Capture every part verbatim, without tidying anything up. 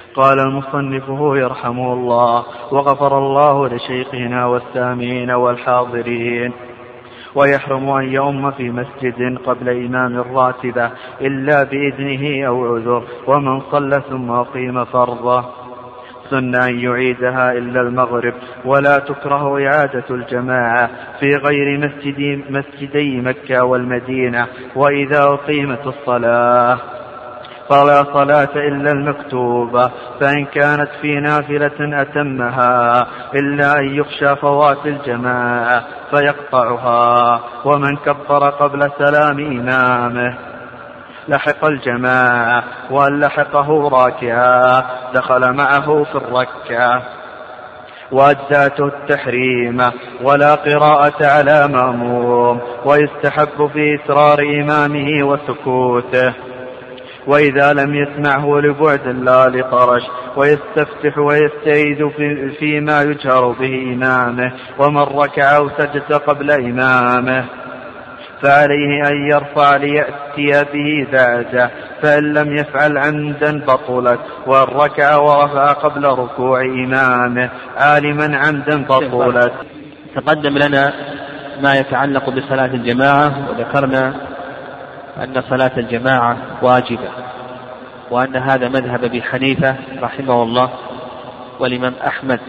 قال المصنف يرحمه الله وغفر الله لشيخنا والسامعين والحاضرين: ويحرم أن يؤم في مسجد قبل إمام الراتبة إلا بإذنه أو عذر، ومن صلى ثم أقيم فرضه سن أن يعيدها إلا المغرب، ولا تكره إعادة الجماعة في غير مسجد مسجدي مكة والمدينة. وإذا أقيمت الصلاة فلا صلاة إلا المكتوبة، فإن كانت في نافلة أتمها إلا أن يخشى فوات الجماعة فيقطعها. ومن كبر قبل سلام إمامه لحق الجماعة، وأن لحقه راكعا دخل معه في الركعة وأجزاته التحريم، ولا قراءة على مأموم، ويستحب في إسرار إمامه وسكوته، وإذا لم يسمعه لبعد لا لطرش، ويستفتح ويستعيد في فيما يجهر به إمامه. ومن ركع أو سجد قبل إمامه فعليه أن يرفع ليأتي به بعده، فإن لم يفعل عمدا بطلت، وإن ركع ورفع قبل ركوع إمامه عالما عمدا بطلت. تقدم لنا ما يتعلق بصلاة الجماعة، وذكرنا أن صلاة الجماعة واجبة، وأن هذا مذهب أبي حنيفة رحمه الله والإمام أحمد،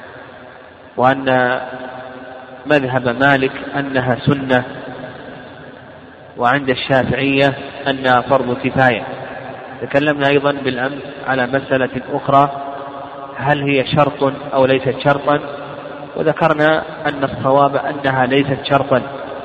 وأن مذهب مالك أنها سنة، وعند الشافعية أنها فرض كفاية. تكلمنا أيضا بالأمس على مسألة أخرى، هل هي شرط أو ليست شرطا، وذكرنا أن الصواب أنها ليست شرطا،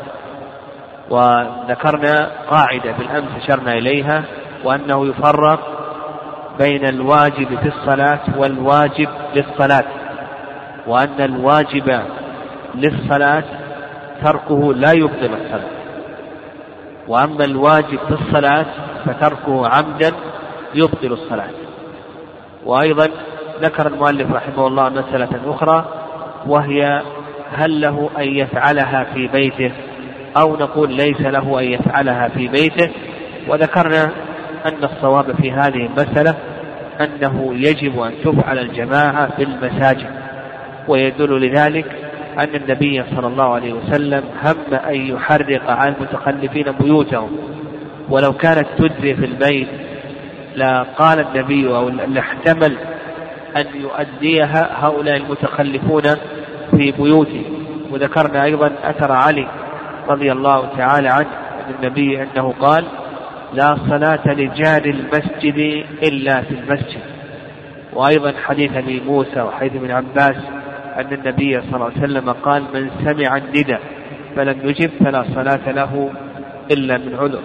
وذكرنا قاعدة بالأمس أشرنا إليها، وأنه يفرق بين الواجب في الصلاة والواجب للصلاة، وأن الواجب للصلاة تركه لا يبطل الصلاة، وأما الواجب في الصلاة فتركه عمدا يبطل الصلاة. وأيضا ذكر المؤلف رحمه الله مسألة أخرى، وهي هل له أن يفعلها في بيته أو نقول ليس له أن يفعلها في بيته. وذكرنا أن الصواب في هذه المسألة أنه يجب أن تفعل الجماعة في المساجد، ويدل لذلك أن النبي صلى الله عليه وسلم هم أن يحرق على المتخلفين بيوتهم، ولو كانت تجزي في البيت لا قال النبي أو لاحتمل أن يؤديها هؤلاء المتخلفون في بيوتهم. وذكرنا أيضا أثر علي رضي الله تعالى عنه عن النبي أنه قال: لا صلاة لجار المسجد إلا في المسجد. وأيضا حديث أبي موسى وحديث ابن عباس أن النبي صلى الله عليه وسلم قال: من سمع الندى فلم يجب فلا صلاة له إلا من عذر.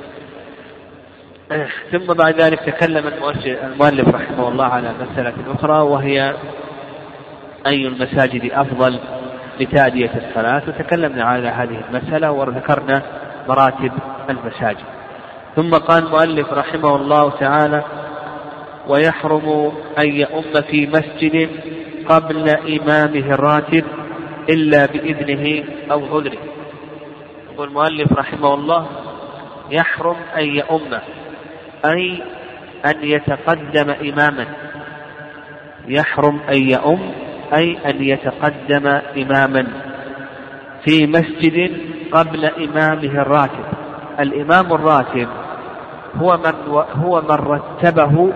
ثم بعد ذلك تكلم المؤلف رحمه الله على مسألة أخرى، وهي أي المساجد أفضل لتأدية الصلاة، وتكلمنا على هذه المسألة وذكرنا مراتب المساجد. ثم قال المؤلف رحمه الله تعالى: ويحرم أن يؤم في مسجد قبل إمامه الراتب إلا بإذنه أو عذره. يقول المؤلف رحمه الله: يحرم أن يؤم، أي أن يتقدم إماما. يحرم أن يؤم أي أن يتقدم إماما في مسجد قبل إمامه الراتب. الإمام الراتب هو من, هو من رتبه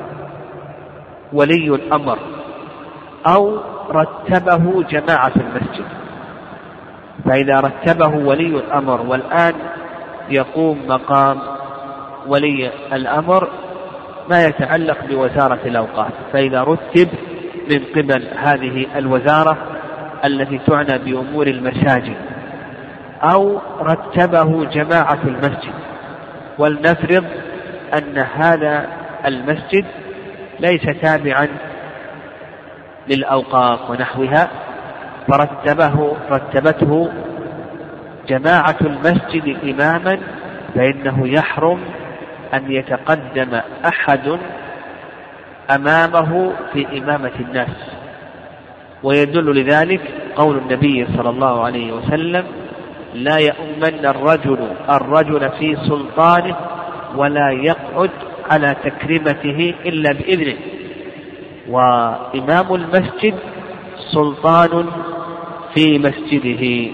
ولي الأمر أو رتبه جماعة المسجد. فإذا رتبه ولي الأمر، والآن يقوم مقام ولي الأمر ما يتعلق بوزارة الأوقاف، فإذا رتب من قبل هذه الوزارة التي تعنى بأمور المساجد، أو رتبه جماعة المسجد، ولنفرض أن هذا المسجد ليس تابعا للأوقاف ونحوها، فرتبه رتبته جماعة المسجد إماما، فإنه يحرم أن يتقدم أحد أمامه في إمامة الناس. ويدل لذلك قول النبي صلى الله عليه وسلم: لا يؤمن الرجل الرجل في سلطانه ولا يقعد على تكريمته إلا بإذنه. وإمام المسجد سلطان في مسجده.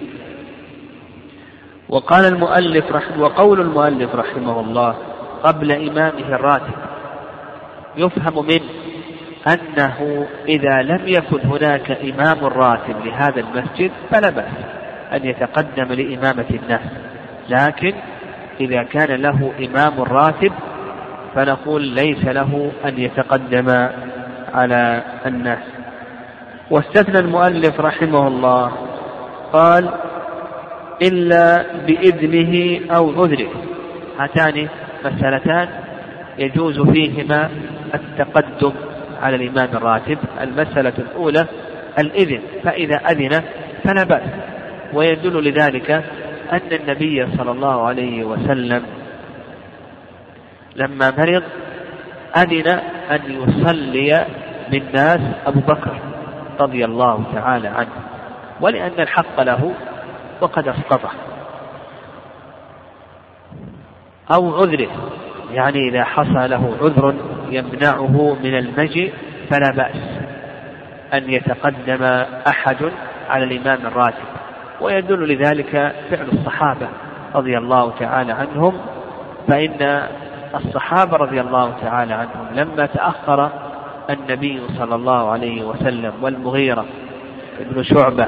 وقال المؤلف رحمه وقول المؤلف رحمه الله قبل إمامه الراتب يفهم منه أنه إذا لم يكن هناك إمام راتب لهذا المسجد فلا بأس أن يتقدم لإمامة الناس، لكن إذا كان له إمام راتب فنقول ليس له أن يتقدم على الناس. واستثنى المؤلف رحمه الله قال إلا بإذنه أو عذره. هاتان مسألتان يجوز فيهما التقدم على الإمام الراتب. المسألة الأولى الإذن، فإذا أذن فلا بأس، ويدل لذلك أن النبي صلى الله عليه وسلم لما مرض أذن أن يصلي بالناس أبو بكر رضي الله تعالى عنه، ولأن الحق له وقد اسقطه. أو عذره، يعني إذا حصل له عذر يمنعه من المجيء فلا بأس أن يتقدم أحد على الإمام الراتب. ويدل لذلك فعل الصحابة رضي الله تعالى عنهم، فإن الصحابة رضي الله تعالى عنهم لما تأخر النبي صلى الله عليه وسلم والمغيرة ابن شعبة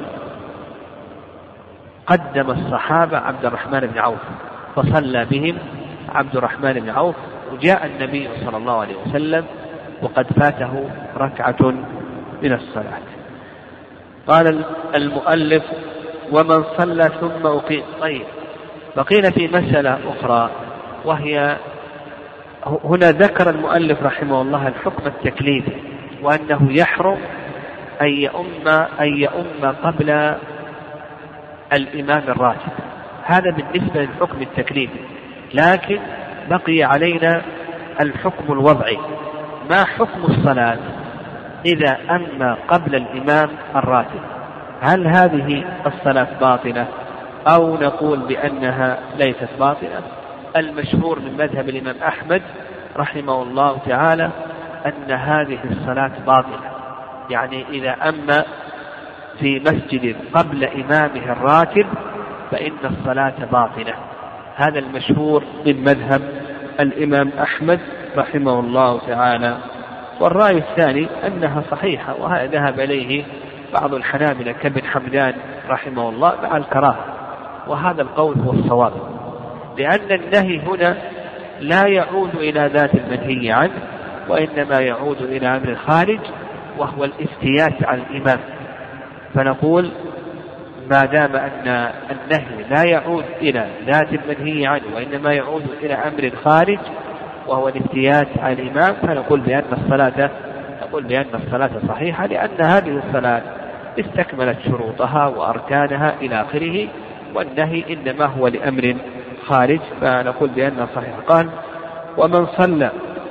قدم الصحابة عبد الرحمن بن عوف فصلى بهم عبد الرحمن بن عوف، وجاء النبي صلى الله عليه وسلم وقد فاته ركعة من الصلاة. قال المؤلف ومن صلى ثم أقيم. طيب، بقينا في مسألة أخرى، وهي هنا ذكر المؤلف رحمه الله الحكم التكليفي، وأنه يحرم أن يؤم أن يؤم قبل الإمام الراتب. هذا بالنسبة للحكم التكليفي، لكن بقي علينا الحكم الوضعي. ما حكم الصلاة إذا أم قبل الإمام الراتب؟ هل هذه الصلاة باطلة أو نقول بأنها ليست باطلة؟ المشهور من مذهب الإمام أحمد رحمه الله تعالى أن هذه الصلاة باطلة، يعني إذا أم في مسجد قبل إمامه الراتب فإن الصلاة باطلة. هذا المشهور من مذهب الإمام أحمد رحمه الله تعالى. والرأي الثاني أنها صحيحة، وهذا ذهب إليه بعض الحنابلة كابن حمدان رحمه الله مع الكراهة، وهذا القول هو الصواب، لأن النهي هنا لا يعود إلى ذات المنهي عنه، وإنما يعود إلى أمر الخارج وهو الافتيات على الإمام. فنقول ما دام أن النهي لا يعود إلى ذات المنهي عنه وإنما يعود إلى أمر الخارج وهو الافتيات على الإمام، فنقول بأن الصلاة نقول بأن الصلاة صحيحة، لأن هذه الصلاة استكملت شروطها وأركانها إلى آخره، والنهي إنما هو لأمر خارج، فنقول بأنها صحيحة. قال ومن صلى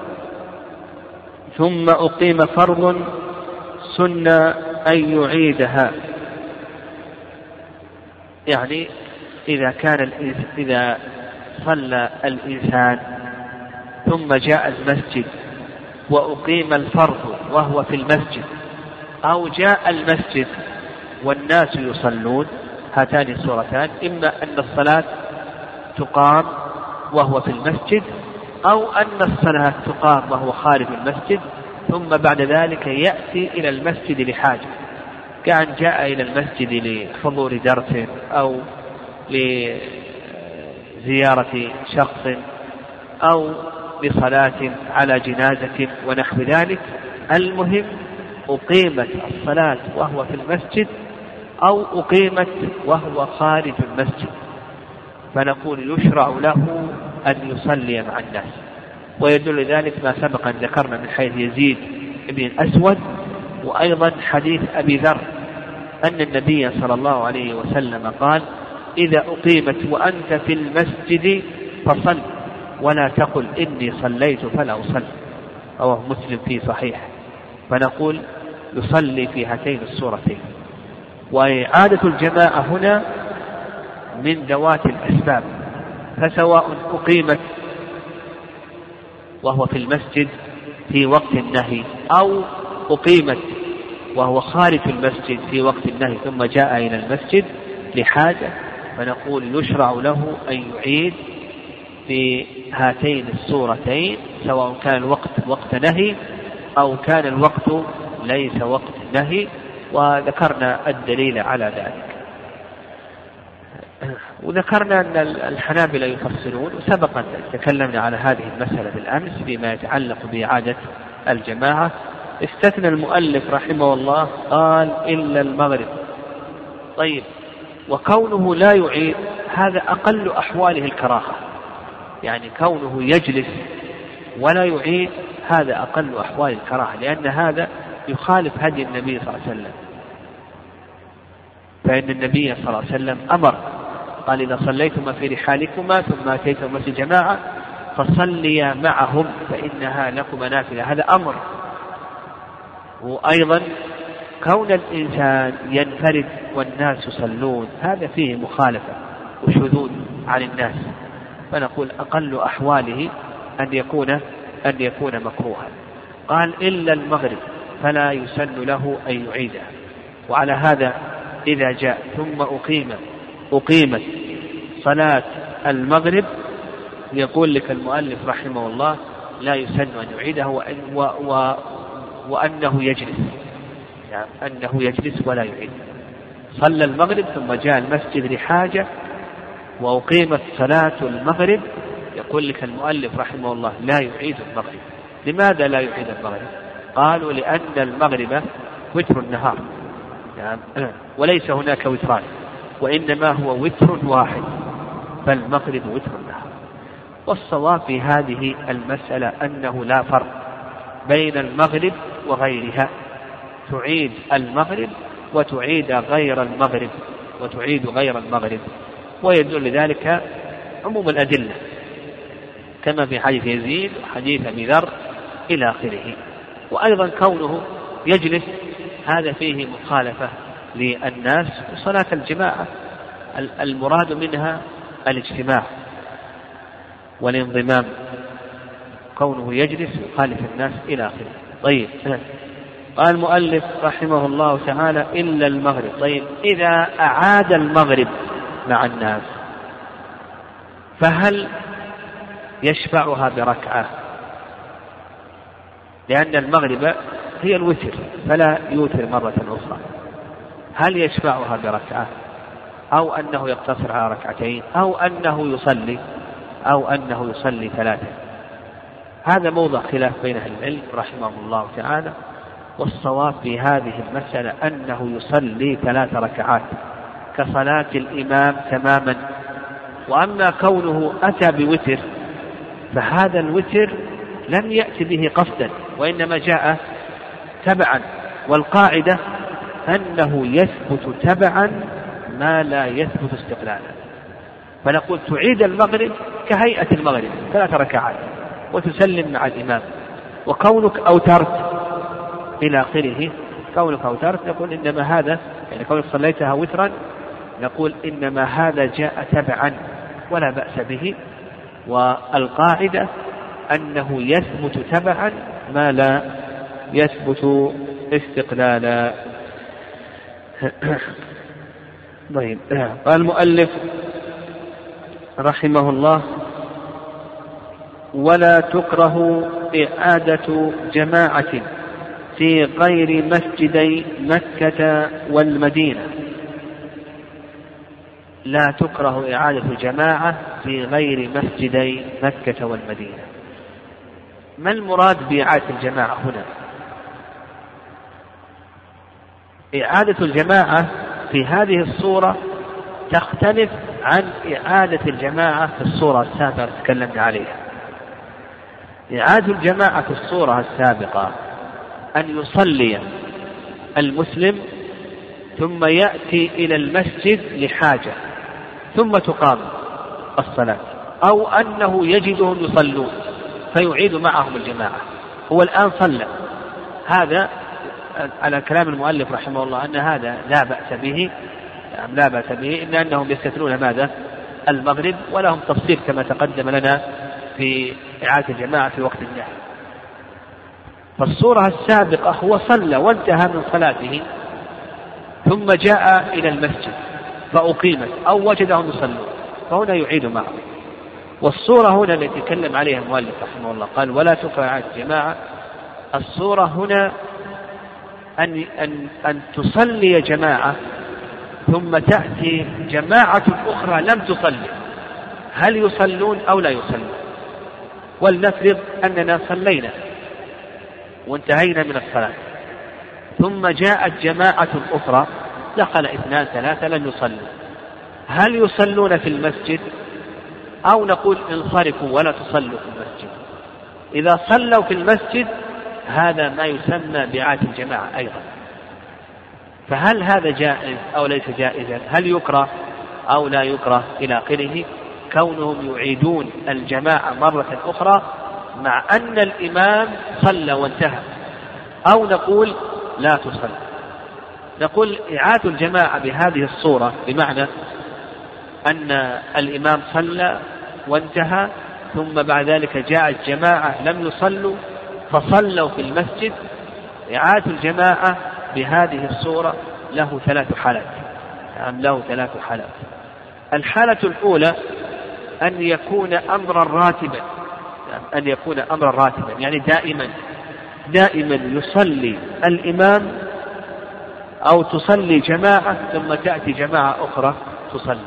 ثم أقيم فرض سن أن يعيدها. يعني إذا كان إذا صلى الإنسان ثم جاء المسجد وأقيم الفرض وهو في المسجد، أو جاء المسجد والناس يصلون، هاتان الصورتان: إما أن الصلاة تقام وهو في المسجد، أو أن الصلاة تقام وهو خارج المسجد ثم بعد ذلك يأتي إلى المسجد لحاجة، كأن جاء إلى المسجد لحضور درس أو لزيارة شخص أو لصلاة على جنازة ونحو ذلك. المهم أقيمت الصلاة وهو في المسجد أو أقيمت وهو خارج المسجد، فنقول يشرع له أن يصلي مع الناس. ويدل ذلك ما سبق أن ذكرنا من حيث يزيد بن الأسود، وأيضا حديث أبي ذر أن النبي صلى الله عليه وسلم قال: إذا أقيمت وأنت في المسجد فصل ولا تقل إني صليت فلا أصلي، رواه مسلم في صحيح. فنقول يصلي في هاتين الصورتين. وإعادة الجماعة هنا من ذوات الأسباب، فسواء أقيمت وهو في المسجد في وقت النهي أو أقيمت وهو خارج المسجد في وقت النهي ثم جاء إلى المسجد لحاجة، فنقول يشرع له أن يعيد في هاتين الصورتين سواء كان الوقت وقت نهي أو كان الوقت ليس وقت نهي، وذكرنا الدليل على ذلك. وذكرنا أن الحنابلة يفصلون، وسبقا تكلمنا على هذه المسألة بالأمس فيما يتعلق بإعادة الجماعة. استثنى المؤلف رحمه الله قال إلا المغرب. طيب، وكونه لا يعيد هذا أقل أحواله الكراهة، يعني كونه يجلس ولا يعيد هذا أقل أحوال الكراهة، لأن هذا يخالف هدي النبي صلى الله عليه وسلم. فإن النبي صلى الله عليه وسلم أمر قال إذا صليتما في رحالكما ثم أتيتم مسجد جماعة فصليا معهم فإنها لكم نافلة، هذا أمر. وأيضا كون الإنسان ينفرد والناس يصلون هذا فيه مخالفة وشذوذ عن الناس، فنقول أقل أحواله أن يكون أن يكون مكروها. قال إلا المغرب فلا يسن له أن يعيدها. وعلى هذا إذا جاء ثم أقيم أقيمت صلاة المغرب يقول لك المؤلف رحمه الله لا يسن أن يعيدها، وأن و و وأنه يجلس، يعني أنه يجلس ولا يعيد. صلى المغرب ثم جاء المسجد لحاجة وأقيمت صلاة المغرب، يقول لك المؤلف رحمه الله لا يعيد المغرب. لماذا لا يعيد المغرب؟ قالوا لأن المغرب وتر النهار، يعني وليس هناك وتران، وإنما هو وتر واحد، فالمغرب وتر النهار. والصواب في هذه المسألة أنه لا فرق بين المغرب وغيرها، تعيد المغرب وتعيد غير المغرب وتعيد غير المغرب. ويدل ذلك عموم الأدلة كما في حديث يزيد وحديث أبي ذر إلى آخره. وأيضا كونه يجلس هذا فيه مخالفة للناس. وصلاة الجماعة المراد منها الاجتماع والانضمام، كونه يجلس يخالف الناس إلى آخره. طيب، قال المؤلف رحمه الله تعالى إلا المغرب. طيب، إذا أعاد المغرب مع الناس فهل يشفعها بركعة؟ لأن المغرب هي الوتر فلا يوتر مرة أخرى. هل يشفعها بركعة أو أنه يقتصر على ركعتين أو أنه يصلي أو أنه يصلي ثلاثة؟ هذا موضع خلاف بين أهل العلم رحمه الله تعالى. والصواب في هذه المسألة أنه يصلي ثلاث ركعات كصلاة الإمام تماما. وأما كونه أتى بوتر فهذا الوتر لم يأتي به قصدا وإنما جاء تبعا، والقاعدة أنه يثبت تبعا ما لا يثبت استقلالا. فنقول تعيد المغرب كهيئة المغرب ثلاث ركعات وتسلم مع الإمام. وكونك أوترت إلى آخره، كونك أوترت نقول إنما هذا، يعني كونك صليتها وترا نقول إنما هذا جاء تبعا ولا بأس به. والقاعدة أنه يثبت تبعا ما لا يثبت استقلالا. طيب، قال المؤلف رحمه الله ولا تكره إعادة جماعة في غير مسجدي مكة والمدينة. لا تكره إعادة جماعة في غير مسجدي مكة والمدينة. ما المراد بإعادة الجماعة هنا؟ إعادة الجماعة في هذه الصورة تختلف عن إعادة الجماعة في الصورة السابقة تكلمنا عليها. إعادة الجماعة في الصورة السابقة أن يصلي المسلم ثم يأتي إلى المسجد لحاجة ثم تقام الصلاة، أو أنه يجدهم يصلون فيعيد معهم الجماعة. هو الآن صلى، هذا على كلام المؤلف رحمه الله أن هذا لا بأس به، لا بأس به إلا أنهم يستثنون ماذا؟ المغرب، ولهم تفصيل كما تقدم لنا في إعادة الجماعة في وقت النهي. فالصورة السابقة هو صلى وانتهى من صلاته ثم جاء إلى المسجد فأقيمت أو وجدهم يصلون فهنا يعيد معه. والصورة هنا التي تكلم عليها المؤلف رحمه الله قال ولا تقع الجماعة، الصورة هنا أن, أن, أن تصلي جماعة ثم تأتي جماعة أخرى لم تصلي، هل يصلون أو لا يصلون؟ ولنفرض أننا صلينا وانتهينا من الصلاة ثم جاءت جماعة أخرى دخل اثنان ثلاثة لم يصلوا، هل يصلون في المسجد أو نقول انصرفوا ولا تصلوا في المسجد؟ إذا صلوا في المسجد هذا ما يسمى بإعادة الجماعة أيضا. فهل هذا جائز أو ليس جائزا؟ هل يكره أو لا يكره إلى آخره؟ كونهم يعيدون الجماعة مرة أخرى مع أن الإمام صلى وانتهى، أو نقول لا تصل. نقول إعادة الجماعة بهذه الصورة بمعنى أن الإمام صلى وانتهى ثم بعد ذلك جاءت جماعة لم يصلوا فصلوا في المسجد، إعادة الجماعة بهذه الصورة له ثلاث حالات، يعني له ثلاث حالات. الحالة الأولى أن يكون أمرا راتبا، أن يكون أمرا راتبا يعني دائما دائما يصلي الإمام أو تصلي جماعة ثم تأتي جماعة أخرى تصلي،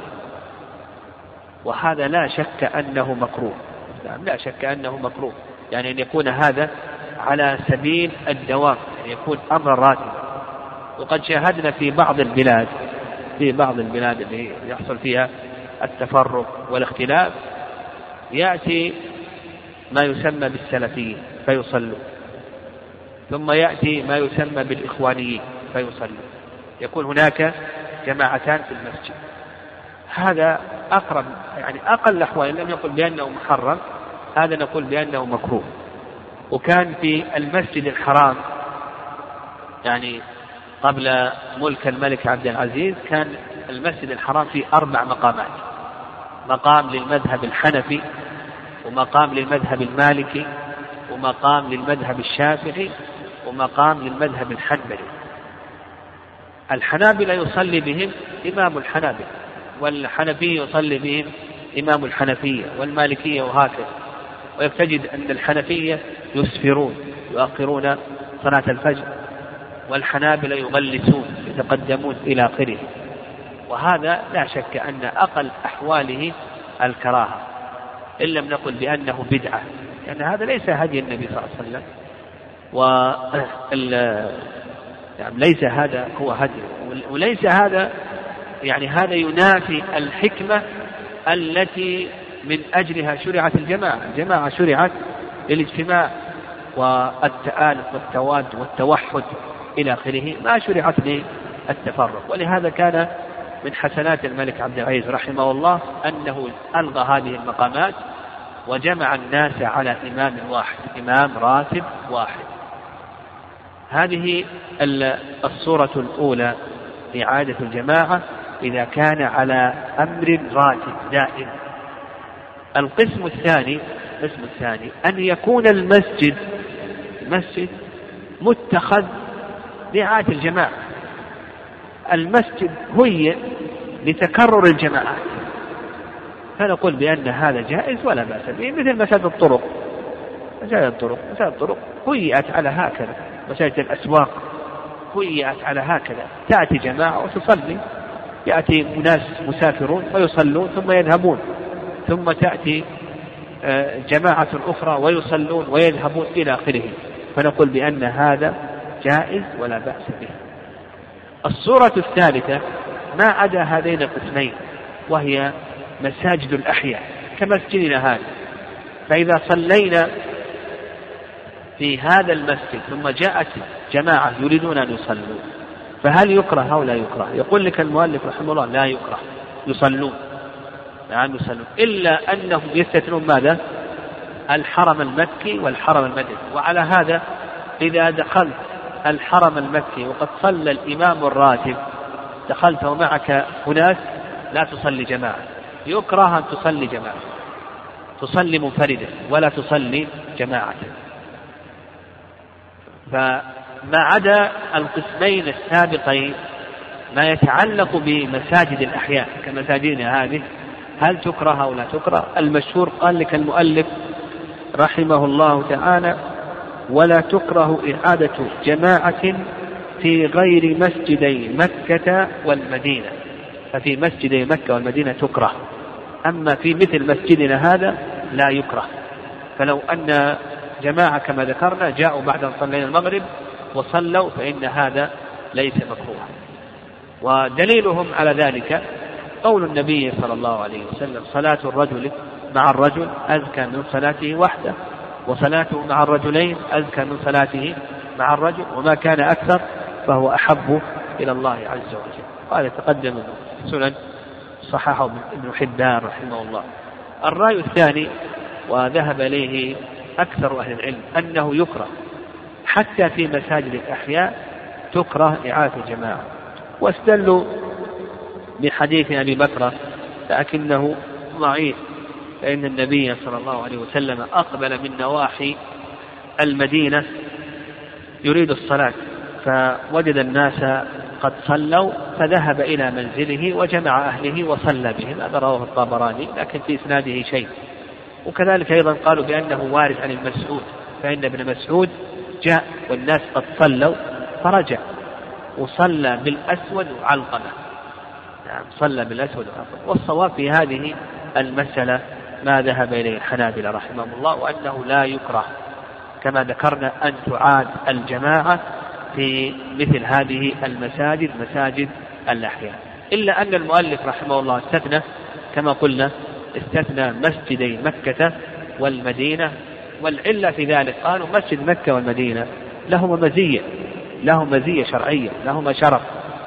وهذا لا شك أنه مكروه، لا شك أنه مكروه، يعني أن يكون هذا على سبيل الدوام، يعني يكون أمرا راتبا. وقد شاهدنا في بعض البلاد في بعض البلاد اللي يحصل فيها التفرق والاختلاف يأتي ما يسمى بالسلفيين فيصلوا، ثم يأتي ما يسمى بالإخوانيين فيصلوا، يكون هناك جماعتان في المسجد. هذا أقرب يعني أقل الأحوال، لم يقل بأنه محرم، هذا نقول بأنه مكروه. وكان في المسجد الحرام يعني قبل ملك الملك عبد العزيز كان المسجد الحرام فيه أربع مقامات، مقام للمذهب الحنفي ومقام للمذهب المالكي ومقام للمذهب الشافعي ومقام للمذهب الحنبلي. الحنابلة يصلي بهم إمام الحنابلة، والحنفي يصلي بهم إمام الحنفية، والمالكية وهكذا. ويتجد أن الحنفية يسفرون يؤخرون صلاة الفجر، والحنابلة يغلسون يتقدمون إلى آخره. وهذا لا شك أن أقل أحواله الكراهة، إن لم نقل بأنه بدعة، لأن يعني هذا ليس هدي النبي صلى الله عليه وسلم، وال يعني ليس هذا هو هدي، وليس هذا يعني هذا ينافي الحكمة التي من أجلها شرعت الجماعة. الجماعة شرعت للاجتماع والتآلف والتواد والتوحد إلى آخره، ما شرعت للتفرق. ولهذا كان من حسنات الملك عبد العزيز رحمه الله أنه ألغى هذه المقامات وجمع الناس على إمام واحد، إمام راتب واحد. هذه الصورة الأولى إعادة الجماعة إذا كان على أمر راتب دائم. القسم الثاني القسم الثاني أن يكون المسجد مسجد متخذ لإعادة الجماعة، المسجد هي لتكرر الجماعات، فنقول بأن هذا جائز ولا بأس به، مثل مساجد الطرق مساجد الطرق مساجد الطرق هيئت على هكذا، مساجد الأسواق هيئت على هكذا، تأتي جماعة وتصلي، يأتي ناس مسافرون ويصلون ثم يذهبون، ثم تأتي جماعة أخرى ويصلون ويذهبون إلى آخره، فنقول بأن هذا جائز ولا بأس به. الصورة الثالثة ما عدا هذين القسمين، وهي مساجد الأحياء كمسجدنا هذا، فإذا صلينا في هذا المسجد ثم جاءت جماعة يريدون أن يصلوا، فهل يكره أو لا يكره؟ يقول لك المؤلف رحمه الله لا يكره، يصلون نعم يصلون، إلا أنهم يستثنون ماذا؟ الحرم المكي والحرم المدني. وعلى هذا إذا دخلت الحرم المكي وقد صلى الإمام الراتب دخلت ومعك أناس لا تصلي جماعة، يكره أن تصلي جماعة، تصلي منفردا ولا تصلي جماعة. فما عدا القسمين السابقين ما يتعلق بمساجد الأحياء كمساجدنا هذه هل تكره أو لا تكره؟ المشهور قال لك المؤلف رحمه الله تعالى: ولا تكره إعادة جماعة في غير مسجدي مكة والمدينة. ففي مسجدي مكة والمدينة تكره، أما في مثل مسجدنا هذا لا يكره. فلو أن جماعة كما ذكرنا جاءوا بعد أن صلينا المغرب وصلوا فإن هذا ليس مكروها. ودليلهم على ذلك قول النبي صلى الله عليه وسلم: صلاة الرجل مع الرجل أزكى من صلاته وحده، وصلاته مع الرجلين أزكى من صلاته مع الرجل، وما كان أكثر فهو أحب إلى الله عز وجل. وهذا تقدم سنن صححه ابن حبان رحمه الله. الرأي الثاني وذهب إليه أكثر أهل العلم أنه يكره حتى في مساجد الأحياء تكره إعادة الجماعة، واستدلوا بحديث أبي بكر لكنه ضعيف، فإن النبي صلى الله عليه وسلم أقبل من نواحي المدينة يريد الصلاة فوجد الناس قد صلوا فذهب إلى منزله وجمع أهله وصلى بهم. هذا رواه الطبراني لكن في إسناده شيء. وكذلك أيضا قالوا بأنه وارد عن المسعود، فإن ابن مسعود جاء والناس قد صلوا فرجع وصلى بالأسود وعلقمة. نعم صلى بالأسود وعلقمة. والصواب في هذه المسألة ما ذهب إليه الحنابلة رحمهم الله، وأنه لا يكره كما ذكرنا أن تعاد الجماعة في مثل هذه المساجد مساجد الأحياء، إلا أن المؤلف رحمه الله استثنى كما قلنا استثنى مسجدي مكة والمدينة. والعلة في ذلك قالوا مسجد مكة والمدينة لهما مزية لهم مزية شرعية، لهما شرف.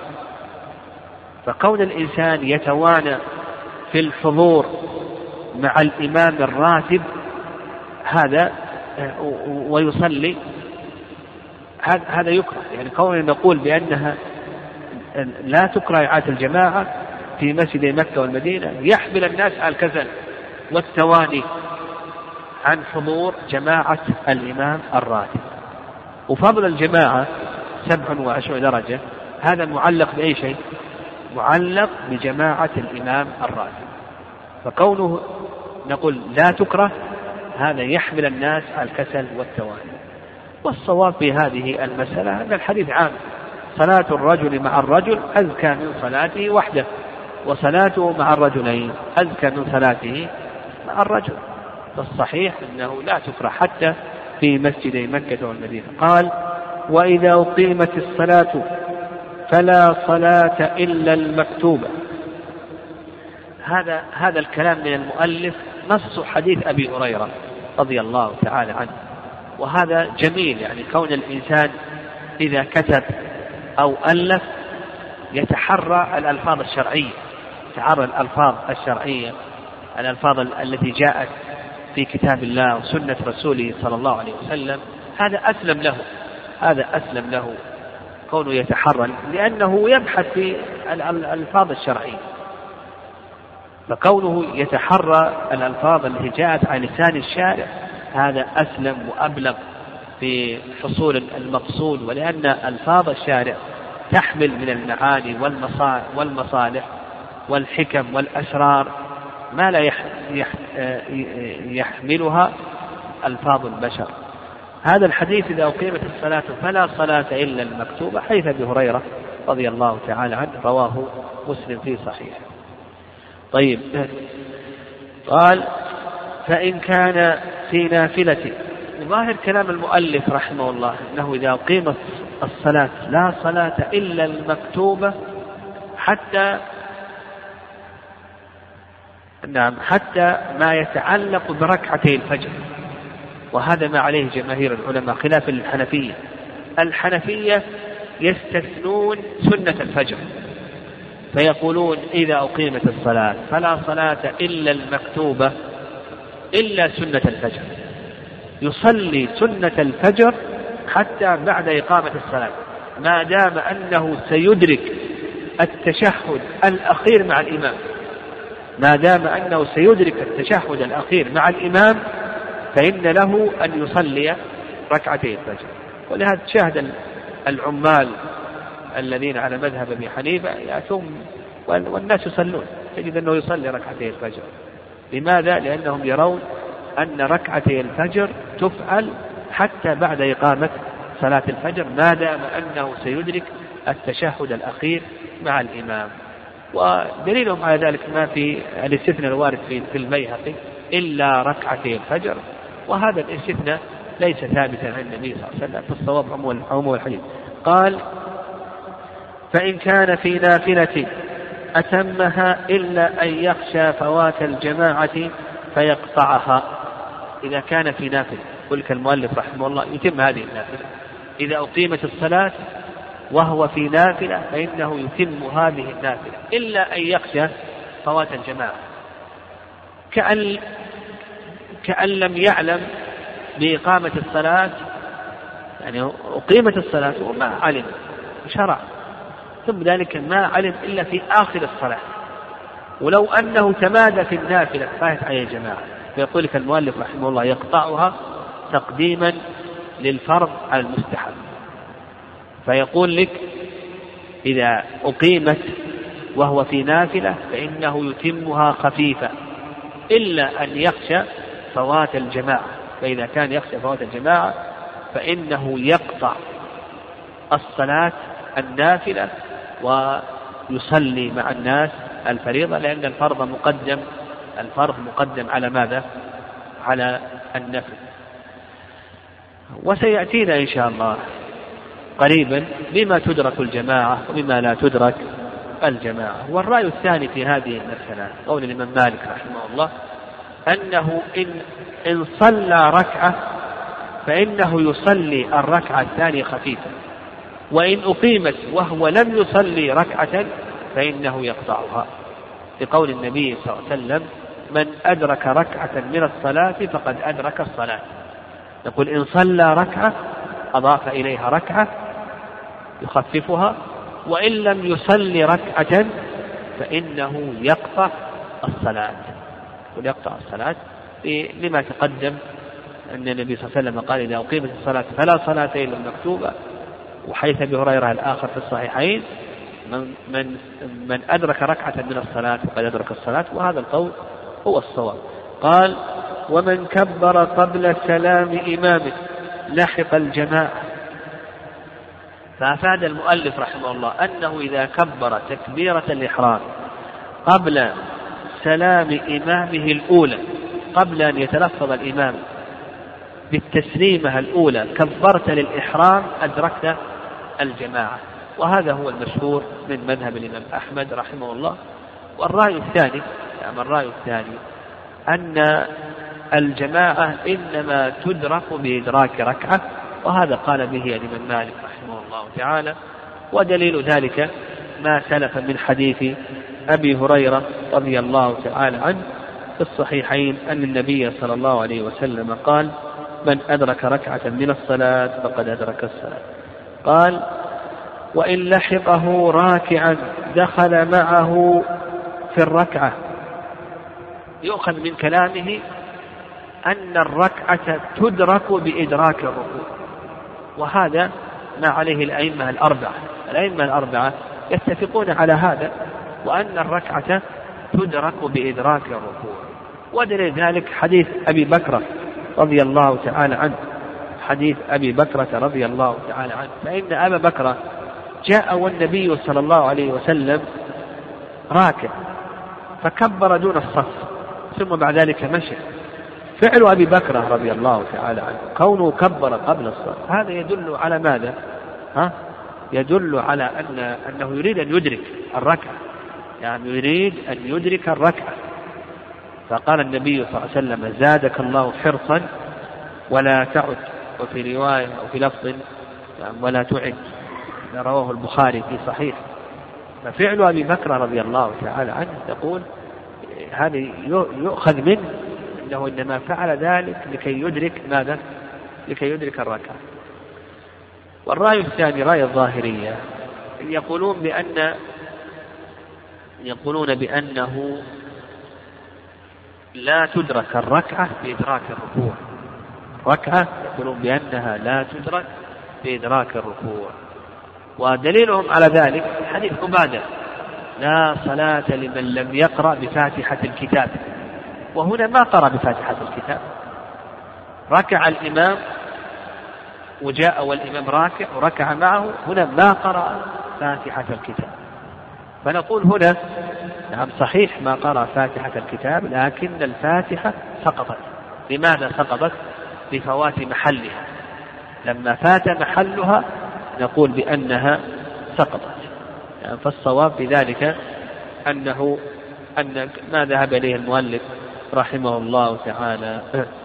فكون الإنسان يتوانى في الحضور مع الإمام الراتب هذا ويصلي هذا يكره. يعني كون نقول بأنها لا تكره إعادة الجماعة في مسجد مكة والمدينة يحمل الناس على الكسل والتواني عن حضور جماعة الإمام الراتب. وفضل الجماعة سبع وعشرون درجة هذا معلق بأي شيء؟ معلق بجماعة الإمام الراتب. فكونه نقول لا تكره هذا يحمل الناس على الكسل والتواني. والصواب في هذه المسألة أن الحديث عام: صلاة الرجل مع الرجل أزكى من صلاته وحده، وصلاته مع الرجلين أزكى من صلاته مع الرجل. فالصحيح أنه لا تكره حتى في مسجدي مكة والمدينة. قال: وإذا أقيمت الصلاة فلا صلاة إلا المكتوبة. هذا هذا الكلام من المؤلف نص حديث أبي هريرة رضي الله تعالى عنه. وهذا جميل، يعني كون الإنسان إذا كتب أو ألف يتحرى الألفاظ الشرعية، يتحرى الألفاظ الشرعية الألفاظ التي جاءت في كتاب الله وسنة رسوله صلى الله عليه وسلم. هذا أسلم له هذا أسلم له كونه يتحرى، لأنه يبحث في الألفاظ الشرعية. فكونه يتحرى الألفاظ التي جاءت عن لسان الشارع هذا أسلم وأبلغ في حصول المقصود، ولأن ألفاظ الشارع تحمل من المعاني والمصالح والحكم والأسرار ما لا يحملها ألفاظ البشر. هذا الحديث: إذا أقيمت الصلاة فلا صلاة إلا المكتوبة، حيث أبي هريرة رضي الله تعالى عنه، رواه مسلم في صحيح. طيب، قال: فإن كان في نافلة. ظاهر كلام المؤلف رحمه الله أنه إذا أقيمت الصلاة لا صلاة إلا المكتوبة حتى نعم حتى ما يتعلق بركعتي الفجر. وهذا ما عليه جماهير العلماء خلافا للحنفية. الحنفية يستثنون سنة الفجر فيقولون: إذا أقيمت الصلاة فلا صلاة إلا المكتوبة إلا سنة الفجر، يصلي سنة الفجر حتى بعد إقامة الصلاة ما دام أنه سيدرك التشهد الأخير مع الإمام ما دام أنه سيدرك التشهد الأخير مع الإمام فإن له أن يصلي ركعتي الفجر. ولهذا تشاهد العمال الذين على مذهب أبي حنيفة يأتون والناس يصلون، تجد أنه يصلي ركعتي الفجر. لماذا؟ لأنهم يرون أن ركعتي الفجر تفعل حتى بعد إقامة صلاة الفجر ما دام أنه سيدرك التشهد الأخير مع الإمام. ودليلهم على ذلك ما في الاستثناء الوارد في البيهقي إلا ركعتي الفجر، وهذا الاستثناء ليس ثابتا عن النبي صلى الله عليه وسلم، فالصواب عموم الحديث. قال: فإن كان في نافلة أتمها إلا أن يخشى فوات الجماعة فيقطعها. إذا كان في نافلة، قل كالمؤلف رحمه الله يتم هذه النافلة، إذا أقيمت الصلاة وهو في نافلة فإنه يتم هذه النافلة إلا أن يخشى فوات الجماعة، كأن, كأن لم يعلم بإقامة الصلاة، يعني أقيمت الصلاة وما علم شرع، ثم ذلك ما علم إلا في آخر الصلاة، ولو أنه تمادى في النافلة فاتت عليه الجماعة، فيقول لك المؤلف رحمه الله يقطعها تقديما للفرض على المستحب، فيقول لك إذا أقيمت وهو في نافلة فإنه يتمها خفيفة إلا أن يخشى فوات الجماعة، فإذا كان يخشى فوات الجماعة فإنه يقطع الصلاة النافلة ويصلي مع الناس الفريضة، لأن الفرض مقدم الفرض مقدم على ماذا؟ على النفل. وسيأتينا إن شاء الله قريبا بما تدرك الجماعة وبما لا تدرك الجماعة. والرأي الثاني في هذه المسألة قول الإمام مالك رحمه الله أنه إن, إن صلى ركعة فإنه يصلي الركعة الثانية خفيفة، وإن أقيمت وهو لم يصلي ركعة فإنه يقطعها، لقول النبي صلى الله عليه وسلم: من أدرك ركعة من الصلاة فقد أدرك الصلاة. نقول إن صلى ركعة أضاف إليها ركعة يخففها، وإن لم يصلي ركعة فإنه يقطع الصلاة ويقطع الصلاة لما تقدم أن النبي صلى الله عليه وسلم قال: إذا أقيمت الصلاة فلا صلاة إلا المكتوبة، وحيث أبي هريرة الآخر في الصحيحين: من, من, من أدرك ركعة من الصلاة فقد أدرك الصلاة، وهذا القول هو الصواب. قال: ومن كبر قبل سلام إمامه لحق الجماعة. فأفاد المؤلف رحمه الله أنه إذا كبر تكبيرة الإحرام قبل سلام إمامه الأولى، قبل أن يتلفظ الإمام بالتسليمة الأولى كبرت للإحرام أدركت الجماعة، وهذا هو المشهور من مذهب الإمام أحمد رحمه الله. والرأي الثاني يعني الرأي الثاني أن الجماعة إنما تدرك بإدراك ركعة، وهذا قال به الإمام مالك رحمه الله تعالى. ودليل ذلك ما سلف من حديث أبي هريرة رضي الله تعالى عنه في الصحيحين أن النبي صلى الله عليه وسلم قال: من أدرك ركعة من الصلاة فقد أدرك الصلاة. قال: وإن لحقه راكعا دخل معه في الركعة. يؤخذ من كلامه أن الركعة تدرك بإدراك الركوع، وهذا ما عليه الأئمة الأربعة الأئمة الأربعة يتفقون على هذا، وأن الركعة تدرك بإدراك الركوع. ودليل ذلك حديث أبي بكر رضي الله تعالى عنه حديث أبي بكرة رضي الله تعالى عنه فإن أبا بكر جاء والنبي صلى الله عليه وسلم راكع فكبر دون الصف ثم بعد ذلك مشى. فعل أبي بكر رضي الله تعالى عنه كونه كبر قبل الصف هذا يدل على ماذا؟ ها؟ يدل على أن أنه يريد أن يدرك الركعة، يعني يريد أن يدرك الركعة. فقال النبي صلى الله عليه وسلم: زادك الله حرصا ولا تعد، وفي رواية أو في لفظ ولا تعد، رواه البخاري في صحيح. ففعل أبي بكر رضي الله تعالى عنه تقول هذا يؤخذ منه أنه إنما فعل ذلك لكي يدرك ماذا؟ لكي يدرك الركعة. والرأي الثاني رأي الظاهرية يقولون بأن يقولون بأنه لا تدرك الركعة بإدراك الركوع. ركعة يقولون بأنها لا تدرك بإدراك الركوع. ودليلهم على ذلك حديث عبادة: لا صلاة لمن لم يقرأ بفاتحة الكتاب. وهنا ما قرأ بفاتحة الكتاب، ركع الإمام وجاء والإمام راكع وركع معه، هنا ما قرأ فاتحة الكتاب. فنقول هنا نعم صحيح ما قرأ فاتحة الكتاب، لكن الفاتحة سقطت. لماذا سقطت؟ بفوات محلها. لما فات محلها نقول بأنها سقطت. يعني فالصواب بذلك أنه أن ما ذهب إليه المؤلف رحمه الله تعالى،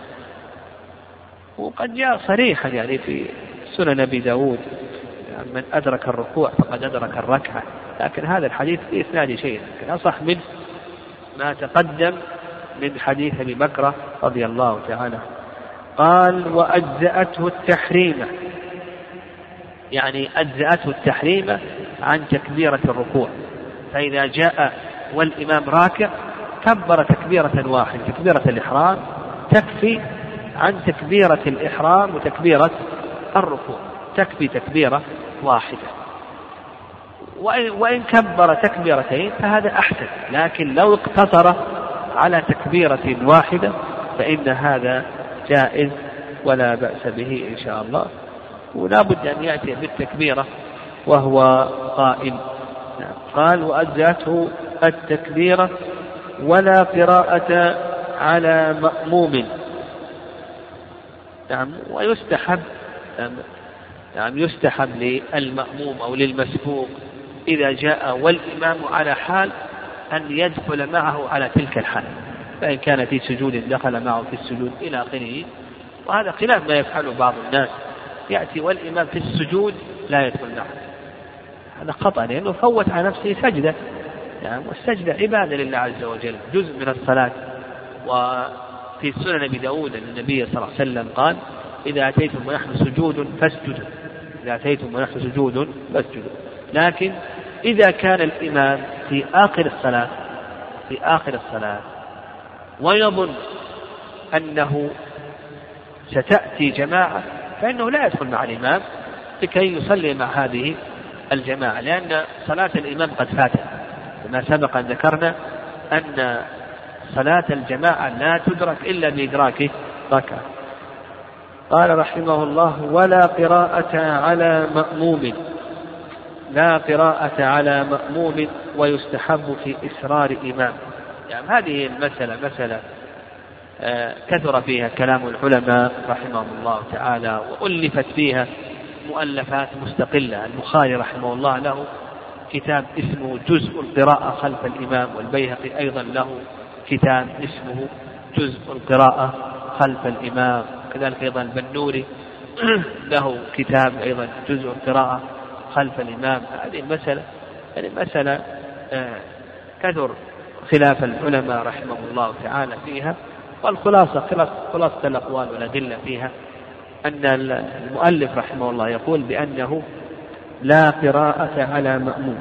وقد جاء صريحا يعني في سنن أبي داود: يعني من أدرك الركوع فقد أدرك الركعة. لكن هذا الحديث في إسناد شيء، لكن أصح منه ما تقدم من حديث أبي بكر رضي الله تعالى. قال: وأجزأته التحريمة، يعني أجزأته التحريمة عن تكبيرة الركوع. فإذا جاء والإمام راكع كبر تكبيرة واحدة، تكبيرة الإحرام، تكفي عن تكبيرة الإحرام وتكبيرة الركوع، تكفي تكبيرة واحدة. وإن كبر تكبيرتين فهذا أحسن، لكن لو اقتصر على تكبيرة واحدة فإن هذا جائز ولا بأس به إن شاء الله. ولا بد أن يأتي بالتكبيرة وهو قائم. قال: وأجزأته التكبيرة ولا قراءة على مأموم. نعم. ويستحب نعم يستحب للمأموم أو للمسبوق إذا جاء والإمام على حال أن يدخل معه على تلك الحال، فإن كان في سجود دخل معه في السجود إلى آخره. وهذا خلاف ما يفعله بعض الناس، يأتي والإمام في السجود لا يدخل معه، هذا خطأ، لأنه فوت على نفسه سجدة. يعني والسجدة عبادة لله عز وجل، جزء من الصلاة. وفي سنن أبي داود أن النبي صلى الله عليه وسلم قال: إذا أتيتم ونحن سجود فاسجدوا، إذا أتيتم ونحن سجود فاسجدوا. لكن إذا كان الإمام في آخر الصلاة في آخر الصلاة ويظن أنه ستأتي جماعة فإنه لا يدخل مع الإمام لكي يصلي مع هذه الجماعة، لأن صلاة الإمام قد فاتت. كما سبق أن ذكرنا أن صلاة الجماعة لا تدرك إلا بإدراك ركعة. قال رحمه الله: ولا قراءة على مأموم، لا قراءة على مأموم ويستحب في إسرار إمام. يعني هذه المسألة مسألة آه كثر فيها كلام العلماء رحمهم الله تعالى، وألفت فيها مؤلفات مستقلة. البخاري رحمه الله له كتاب اسمه جزء القراءة خلف الإمام، والبيهقي أيضا له كتاب اسمه جزء القراءة خلف الإمام، كذلك أيضا البنوري له كتاب أيضا جزء القراءة خلف الإمام. هذه المسألة يعني مسألة آه كثر خلاف العلماء رحمه الله تعالى فيها. والخلاصة خلاصة الأقوال والأدلة فيها أن المؤلف رحمه الله يقول بأنه لا قراءة على مأموم.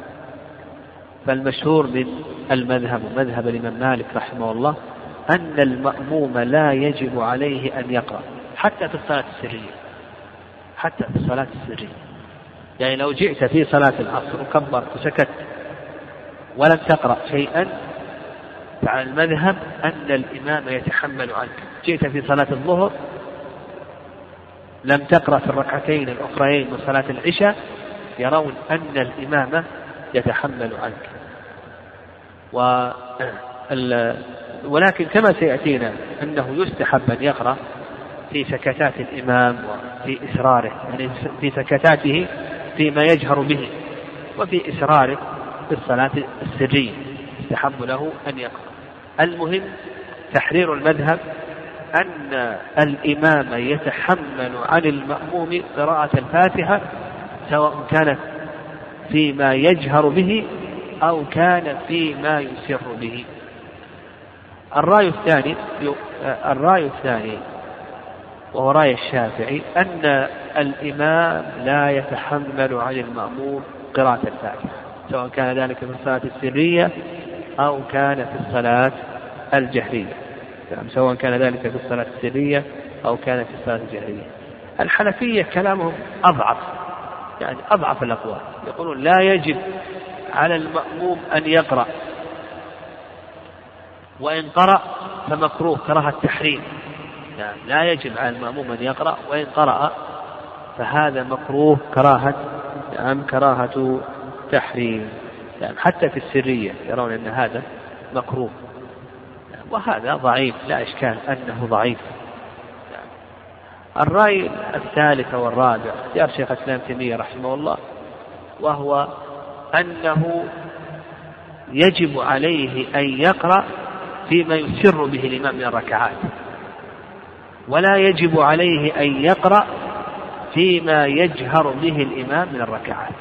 فالمشهور من المذهب ومذهب الإمام مالك رحمه الله أن المأموم لا يجب عليه أن يقرأ حتى في الصلاة السرية، حتى في الصلاة السرية. يعني لو جئت في صلاة العصر وكبرت وسكت ولم تقرأ شيئا فعلى المذهب أن الإمام يتحمل عنك. جئت في صلاة الظهر لم تقرأ في الركعتين الأخرين من صلاة العشاء، يرون أن الإمام يتحمل عنك. ولكن كما سيأتينا أنه يستحب أن يقرأ في سكتات الإمام وفي إسراره، يعني في سكتاته فيما يجهر به، وفي إسراره في الصلاة السرية يستحب له أن يقرأ. المهم تحرير المذهب أن الإمام يتحمل عن المأموم قراءة الفاتحة سواء كانت فيما يجهر به أو كان فيما يسر به. الرأي الثاني الرأي الثاني وهو رأي الشافعي أن الإمام لا يتحمل عن المأموم قراءة الفاتحة سواء كان ذلك في الصلاة السرية أو كان في الصلاة الجهرية، يعني سواء كان ذلك في الصلاة السرية أو كان في الصلاة الجهرية. الحنفية كلامهم أضعف، يعني أضعف الأقوال، يقولون لا يجب على المأموم أن يقرأ، وإن قرأ فمكروه كراهة التحريم، يعني لا يجب على المأموم أن يقرأ، وإن قرأ فهذا مكروه كراهة أم كراهة تحريم، يعني حتى في السرية يرون أن هذا مكروه، وهذا ضعيف لا إشكال أنه ضعيف. الرأي الثالث والرابع اختيار شيخ الإسلام تيمية رحمه الله، وهو أنه يجب عليه أن يقرأ فيما يسر به الإمام من الركعات، ولا يجب عليه أن يقرأ فيما يجهر به الإمام من الركعات.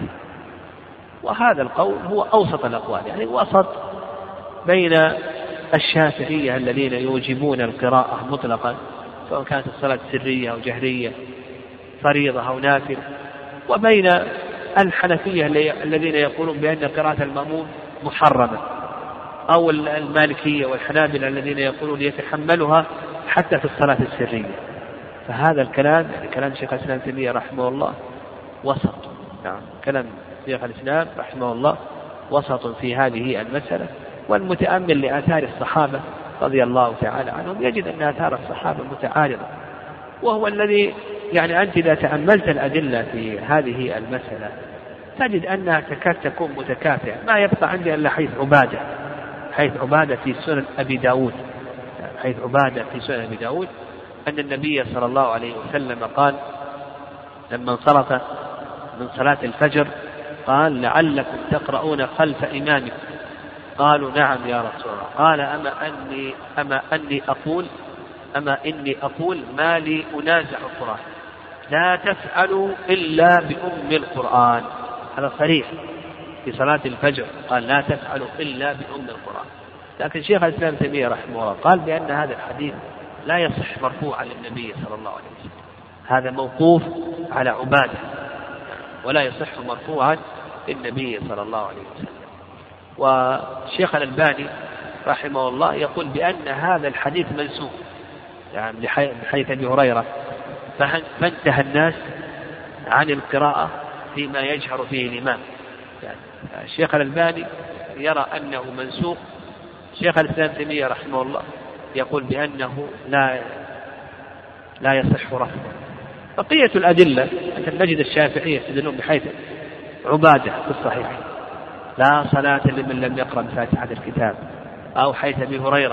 وهذا القول هو أوسط الأقوال، يعني وسط بين الشافعية الذين يوجبون القراءة مطلقا سواء كانت الصلاة سرية أو جهرية، فريضة أو نافلة، وبين الحنفية الذين يقولون بأن قراءة المأموم محرمة، أو المالكية والحنابلة الذين يقولون يتحملها حتى في الصلاة السرية. فهذا الكلام يعني كلام شيخ الإسلام تيمية رحمه الله وسط، نعم كلام شيخ الإسلام رحمه الله وسط في هذه المسألة. والمتأمل لآثار الصحابة رضي الله تعالى عنهم يجد أن آثار الصحابة متعارضة، وهو الذي يعني أنت إذا تأملت الأدلة في هذه المسألة تجد أنها تكاد تكون متكافئة. ما يبقى عندي إلا حيث عبادة، حيث عبادة في سنن أبي داود، حيث عبادة في سنن أبي داود أن النبي صلى الله عليه وسلم قال لما انصرف من صلاة الفجر قال لعلكم تقرؤون خلف إمامكم، قالوا نعم يا رسول الله، قال أما أني, أما أني أقول أما إني أقول ما لي أنازع القرآن، لا تفعلوا إلا بأم القرآن. هذا صريح في صلاة الفجر، قال لا تفعلوا إلا بأم القرآن. لكن شيخ الإسلام تيمية رحمه الله قال بأن هذا الحديث لا يصح مرفوعا للنبي صلى الله عليه وسلم، هذا موقوف على عبادة ولا يصح مرفوعا للنبي صلى الله عليه وسلم. والشيخ الألباني رحمه الله يقول بأن هذا الحديث منسوخ، يعني بحيث أبي هريرة فانتهى الناس عن القراءة فيما يجهر فيه الإمام. يعني الشيخ الألباني يرى أنه منسوخ، شيخ الإسلام تيمية رحمه الله يقول بأنه لا لا يصح رفضه. بقية الأدلة نجد الشافعية يستدلون بحيث عبادة في الصحيح لا صلاة لمن لم يقرأ بفاتحة الكتاب، أو حيث أبي هريرة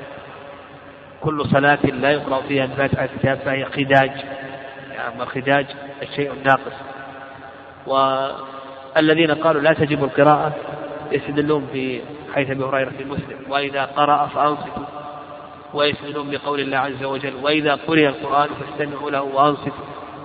كل صلاة لا يقرأ فيها بفاتحة الكتاب فهي خداج، يعني الخداج الشيء الناقص. والذين قالوا لا تجب القراءة يستدلون في حيث أبي هريرة في مسلم وإذا قرأ فأنصتوا، ويستدلون بقول الله عز وجل وإذا قرئ القرآن فاستمعوا له وأنصتوا.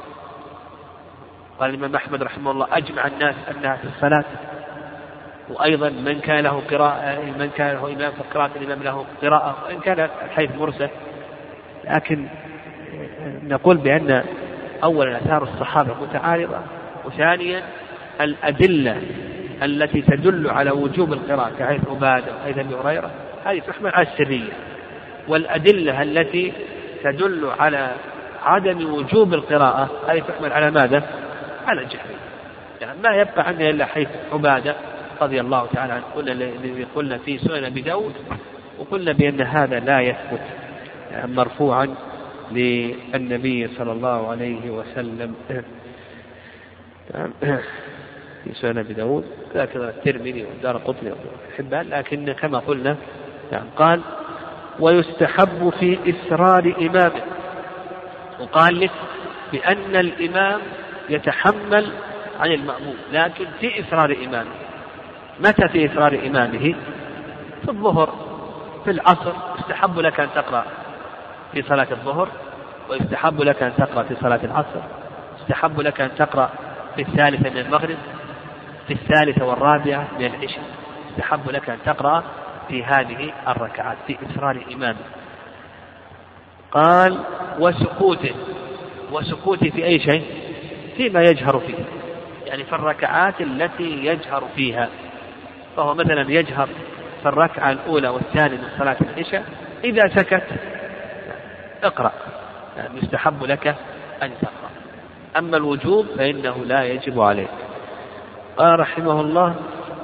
قال الإمام أحمد رحمه الله أجمع الناس أنها في الصلاة، وأيضا من كان له قراءة من كان له إمام فقراءة الإمام له قراءة، وإن كان الحيث مرسل. لكن نقول بأن أولا آثار الصحابة متعارضة، وثانيا الأدلة التي تدل على وجوب القراءة كحيث عبادة وحيث أبي هريرة هذه تحمل على السرية، والأدلة التي تدل على عدم وجوب القراءة هذه تحمل على ماذا؟ على الجهرية. يعني ما يبقى عندنا إلا حيث عبادة رضي الله تعالى عنه الذي قلنا في سنن أبي داود، وقلنا بأن هذا لا يثبت مرفوعا للنبي صلى الله عليه وسلم في سنن أبي داود، لكن الترمذي والدارقطني والحبان. لكن كما قلنا يعني قال ويستحب في إسرار إمامه، وقال لك بأن الإمام يتحمل عن المأموم لكن في إسرار إمامه. متى في إسرار إمامه؟ في الظهر، في العصر يستحب لك أن تقرأ في صلاة الظهر، ويستحب لك أن تقرأ في صلاة العصر، يستحب لك أن تقرأ في الثالثة من المغرب، في الثالثة والرابعة من العشاء، يستحب لك أن تقرأ في هذه الركعات في إسرار إمامه. قال وسكوته، وسكوته في أي شيء؟ فيما يجهر فيه، يعني في الركعات التي يجهر فيها. فهو مثلا يجهر في الركعة الأولى والثانية من صلاة العشاء، إذا سكت اقرأ، يعني يستحب لك أن تقرأ. أما الوجوب فإنه لا يجب عليك. قال رحمه الله: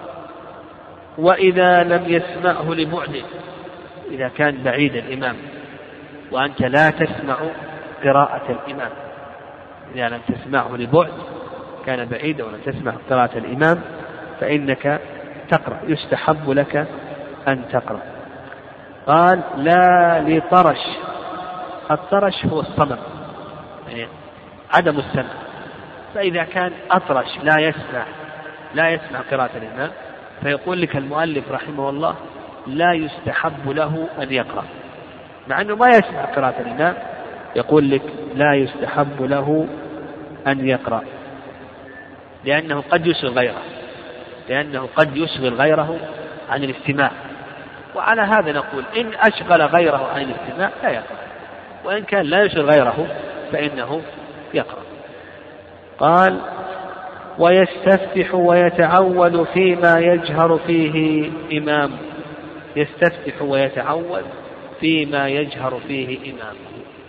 وإذا لم يسمعه لبعد، إذا كان بعيد الإمام وأنت لا تسمع قراءة الإمام، إذا لم تسمعه لبعد، كان بعيدا ولم تسمع قراءة الإمام، فإنك تقرأ، يستحب لك أن تقرأ. قال: لا لطرش. الطرش هو الصمم، يعني عدم السمع. فإذا كان أطرش لا يسمع لا يسمع قراءة الإمام، فيقول لك المؤلف رحمه الله: لا يستحب له أن يقرأ، مع أنه ما يسمع قراءة الإمام، يقول لك لا يستحب له أن يقرأ، لأنه قد يشغل غيره لأنه قد يشغل غيره عن الاستماع. وعلى هذا نقول: إن أشغل غيره عن الاستماع لا يقرأ، وإن كان لا يشغل غيره فإنه يقرأ. قال: ويستفتح ويتعود فيما يجهر فيه إمام. يستفتح ويتعود فيما يجهر فيه إمامه.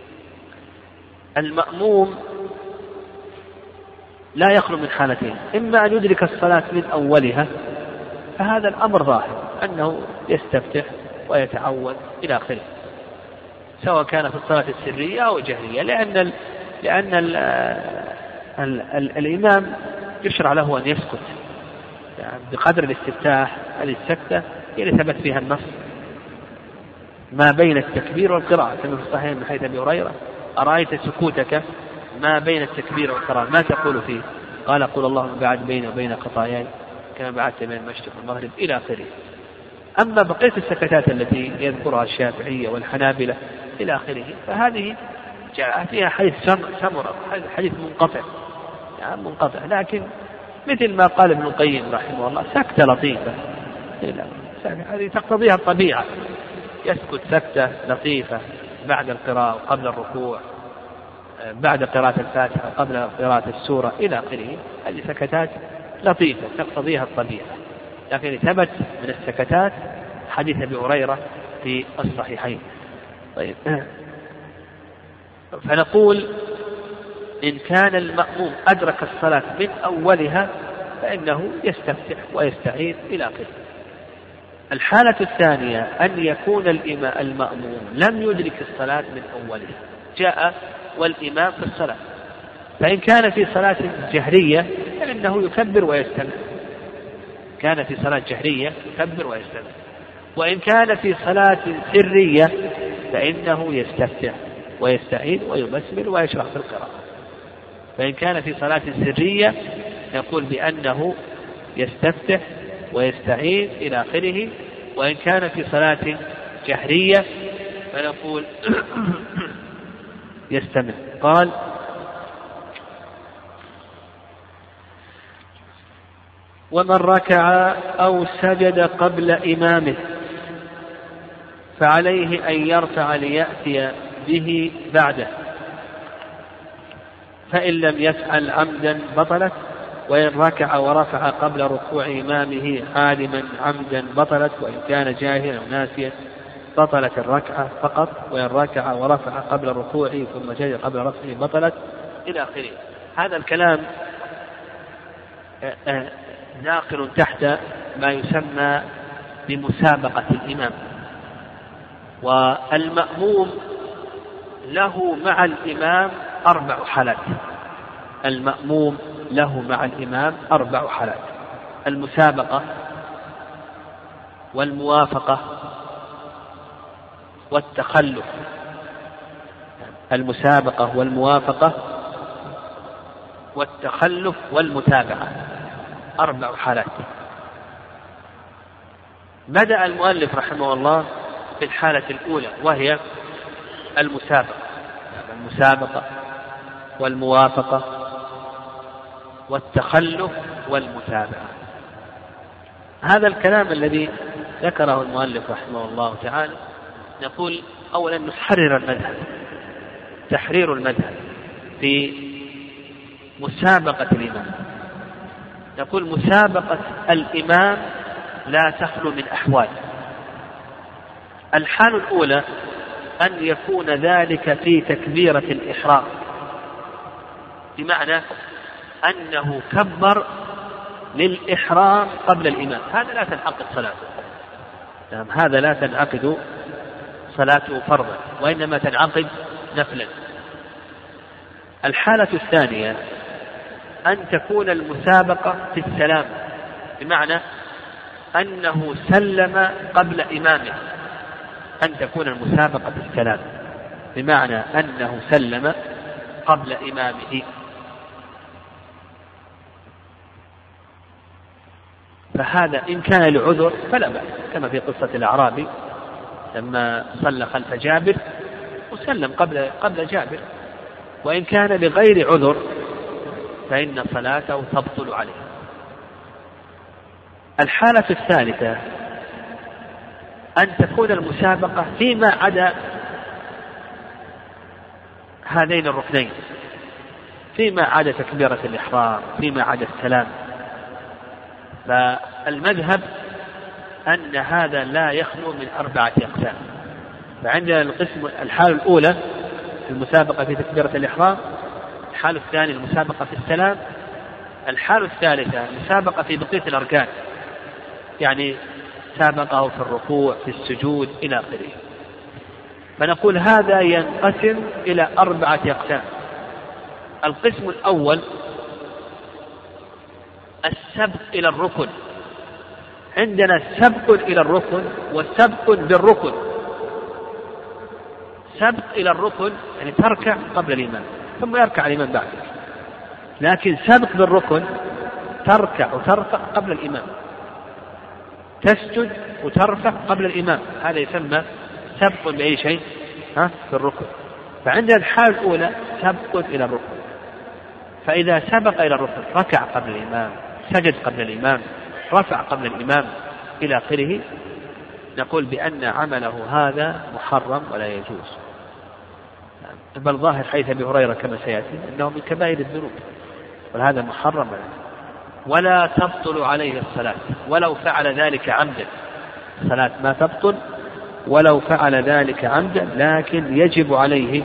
المأموم لا يخلو من حالتين: إما أن يدرك الصلاة من أولها، فهذا الأمر ظاهر أنه يستفتح ويتعود إلى آخره، سواء كان في الصلاة السرية أو الجهرية، لأن ال لأن ال ال ال الإمام يشرع له أن يسكت، يعني بقدر الاستفتاح. هذه السكتة هي اللي ثبت فيها النص ما بين التكبير والقراءة، كما في الصحيح من حديث أبي هريرة: أرأيت سكوتك ما بين التكبير والقراءة ما تقول فيه؟ قال: قل اللهم بعد بيني وبين خطاياي كما بعدت بين المشرق والمغرب، إلى آخره. أما بقية السكتات التي يذكرها الشافعية والحنابلة إلى آخره، فهذه جاء فيها حديث سمرة، حديث منقطع، يعني منقطع، لكن مثل ما قال ابن القيم رحمه الله: سكتة لطيفة، هذه تقتضيها الطبيعة، يسكت سكتة لطيفة بعد القراءة وقبل الركوع، بعد قراءة الفاتحة قبل قراءة السورة إلى آخره. هذه سكتات لطيفة تقتضيها الطبيعة، لكن ثبت من السكتات حديث أبي هريرة في الصحيحين. طيب، فنقول: إن كان المأموم أدرك الصلاة من أولها فإنه يستفتح ويستعيذ إلى آخره. الحالة الثانية أن يكون المأموم لم يدرك الصلاة من أولها، جاء والإمام في الصلاة، فإن كان في صلاة جهرية فإنه يكبر ويستمع، كان في صلاة جهرية يكبر ويستمع. وإن كان في صلاة سرية فإنه يستفتح ويستعيذ ويبسمل ويشرح في القراءة. فإن كان في صلاة سرية نقول بأنه يستفتح ويستعيذ إلى آخره. وإن كان في صلاة جهرية فنقول يستمع. قال: ومن ركع أو سجد قبل إمامه فعليه أن يرفع ليأتي به بعده، فإن لم يفعل عمدا بطلت، وإن ركع ورفع قبل ركوع إمامه عالما عمدا بطلت، وإن كان جاهلا ناسيا بطلت الركعة فقط، وإن ركع ورفع قبل ركوعه ثم سجد قبل رفعه بطلت، إلى آخره. هذا الكلام داخل تحت ما يسمى بمسابقة الإمام. والمأموم له مع الإمام أربع حالات. المأموم له مع الإمام أربع حالات: المسابقة والموافقة والتخلف. المسابقة والموافقة والتخلف والمتابعة، أربع حالات. بدأ المؤلف رحمه الله بالحالة الأولى وهي المسابقة المسابقة والموافقة والتخلف والمتابعة. هذا الكلام الذي ذكره المؤلف رحمه الله تعالى، نقول أولا نحرر المذهب تحرير المذهب في مسابقة الإمام. نقول مسابقة الإمام لا تخلو من أحوال. الحال الأولى أن يكون ذلك في تكبيرة الإحرام، بمعنى أنه كبر للإحرام قبل الإمام، هذا لا تنعقد صلاته. نعم هذا لا تنعقد صلاته فرضا، وإنما تنعقد نفلا. الحالة الثانية أن تكون المسابقة في السلام، بمعنى أنه سلم قبل إمامه، أن تكون المسابقة في السلام بمعنى أنه سلم قبل إمامه. فهذا إن كان لعذر فلا بأس، كما في قصة الأعرابي لما صلى خلف جابر وسلم قبل قبل جابر. وإن كان لغير عذر فإن صلاته تبطل عليه. الحالة الثالثة أن تكون المسابقة فيما عدا هذين الركنين، فيما عدا تكبيرة الإحرام، فيما عدا السلام. فالمذهب أن هذا لا يخلو من أربعة أقسام. فعندنا القسم الحالة الأولى المسابقة في تكبيرة الإحرام، الحالة الثانية المسابقة في السلام، الحالة الثالثة المسابقة في بقية الأركان، يعني سابقه في الركوع في السجود إلى آخره. فنقول هذا ينقسم إلى أربعة أقسام. القسم الأول السبق إلى الركن. عندنا سبق إلى الركن وسبق بالركن. سبق إلى الركن يعني تركع قبل الإمام ثم يركع الإمام بعدك، لكن سبق بالركن تركع وترفع قبل الإمام، تسجد وترفع قبل الإمام، هذا يسمى سبق بأي شيء ها في الركن. فعندنا الحالة الأولى سبق إلى الركن، فإذا سبق إلى الركن ركع قبل الإمام، سجد قبل الإمام، رفع قبل الإمام إلى آخره، نقول بأن عمله هذا محرم ولا يجوز. بل ظاهر حديث أبي هريرة كما سيأتي أنه من كبائر الذنوب، وهذا محرم ولا تبطل عليه الصلاة ولو فعل ذلك عمدا. الصلاة ما تبطل ولو فعل ذلك عمدا، لكن يجب عليه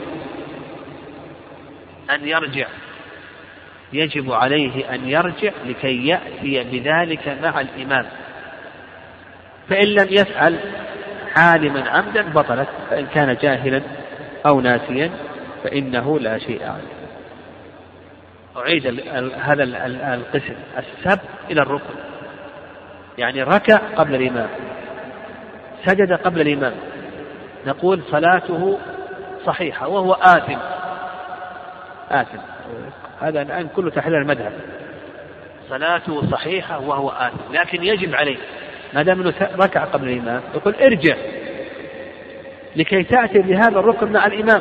أن يرجع، يجب عليه أن يرجع لكي يأتي بذلك مع الإمام. فإن لم يفعل عالما عمدا بطلت، فإن كان جاهلا أو ناسيا فإنه لا شيء عليه. أعيد هذا القسم السبق إلى الركن، يعني ركع قبل الإمام، سجد قبل الإمام، نقول صلاته صحيحة وهو آثم. آثم هذا الآن كله تحليل المذهب، صلاته صحيحة وهو آثم، لكن يجب عليه ما دام انه ركع قبل الإمام يقول ارجع لكي تأتي بهذا الركن مع الإمام.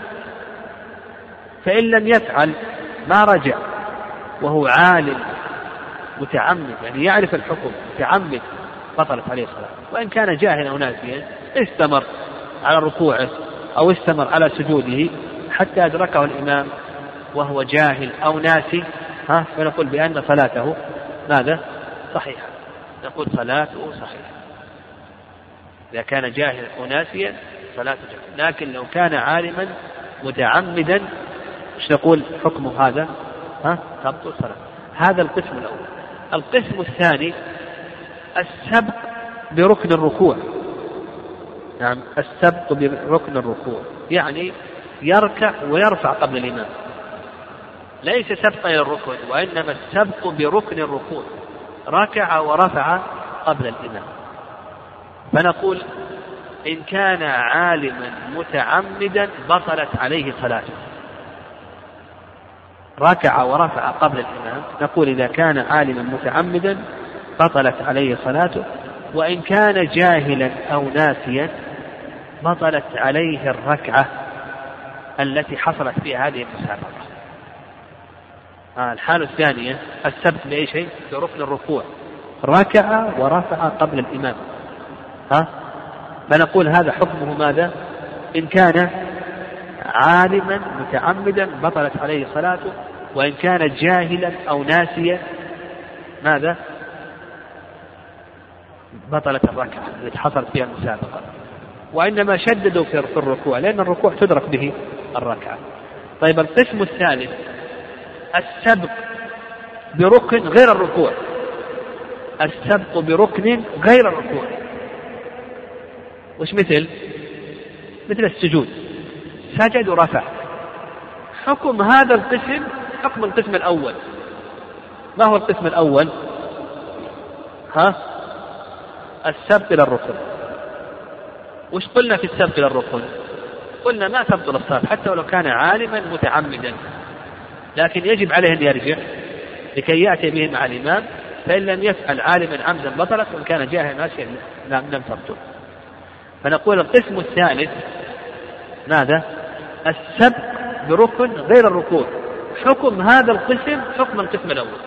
فإن لم يفعل ما رجع وهو عالم متعمد، يعني يعرف الحكم متعمد، بطلت عليه الصلاة. وإن كان جاهلا أو ناسيا استمر على ركوعه أو استمر على سجوده حتى أدركه الإمام وهو جاهل أو ناسي، ها فنقول بأن صلاته ماذا؟ صحيحة. نقول صلاته صحيحة إذا كان جاهلا أو ناسيا صلاته جاهل. لكن لو كان عالما متعمدا مش نقول حكمه هذا؟ ها تبطل صلاة. هذا القسم الأول. القسم الثاني السبق بركن الركوع. نعم السبق بركن الركوع يعني يركع ويرفع قبل الإمام، ليس سبق إلى الركن وإنما السبق بركن الركوع، ركع ورفع قبل الإمام. فنقول إن كان عالما متعمدا بطلت عليه صلاته. ركع ورفع قبل الإمام، نقول إذا كان عالما متعمدا بطلت عليه صلاته. وإن كان جاهلا أو ناسيا بطلت عليه الركعة التي حصلت فيها هذه المسابقة. آه الحالة الثانية السبق بأي شيء بركن الركوع، ركع ورفع قبل الإمام، ها فنقول هذا حكمه ماذا؟ إن كان عالما متعمدا بطلت عليه صلاته، وإن كان جاهلا أو ناسيا ماذا؟ بطلت الركعة التي حصلت فيها المسابقة. وإنما شددوا في الركوع لأن الركوع تدرك به الركعة. طيب القسم الثالث السبق بركن غير الركوع، السبق بركن غير الركوع. وش مثل؟ مثل السجود، سجد ورفع. حكم هذا القسم حكم القسم الأول. ما هو القسم الأول؟ ها؟ السبق إلى الركن. وش قلنا في السبق إلى الركن؟ قلنا ما تبطل الصلاة حتى ولو كان عالما متعمدا، لكن يجب عليه أن يرجع لكي يأتي به مع الإمام، فإن لم يفعل عالما عمدا بطلت، وإن كان جاهلا ناسيا لم تبطل. فنقول القسم الثالث ماذا؟ السبق بركن غير الركوع. حكم هذا القسم حكم القسم الأول.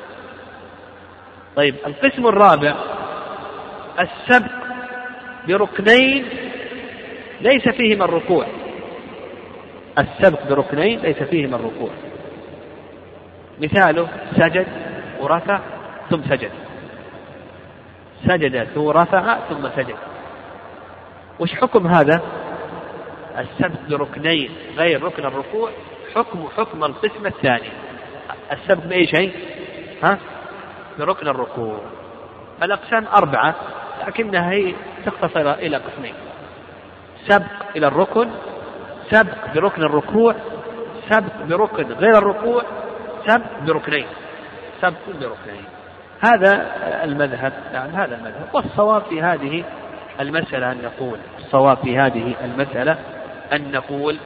طيب القسم الرابع السبق بركنين ليس فيهما الركوع، السبق بركنين ليس فيهما الركوع. مثاله سجد ورفع ثم سجد، سجد ثم رفع ثم سجد. وش حكم هذا؟ السبق بركنين غير ركن الركوع حكم حكم القسم الثاني. السبق بأي شيء؟ ها؟ بركن الركوع. الأقسام أربعة لكنها هي تختصر إلى قسمين: سبق إلى الركن، سبق بركن الركوع، سبق بركن غير الركوع، سبق بركنين، سبق بركنين. هذا المذهب، نعم هذا المذهب. والصواب في هذه المسألة أن نقول الصواب في هذه المسألة أن نقول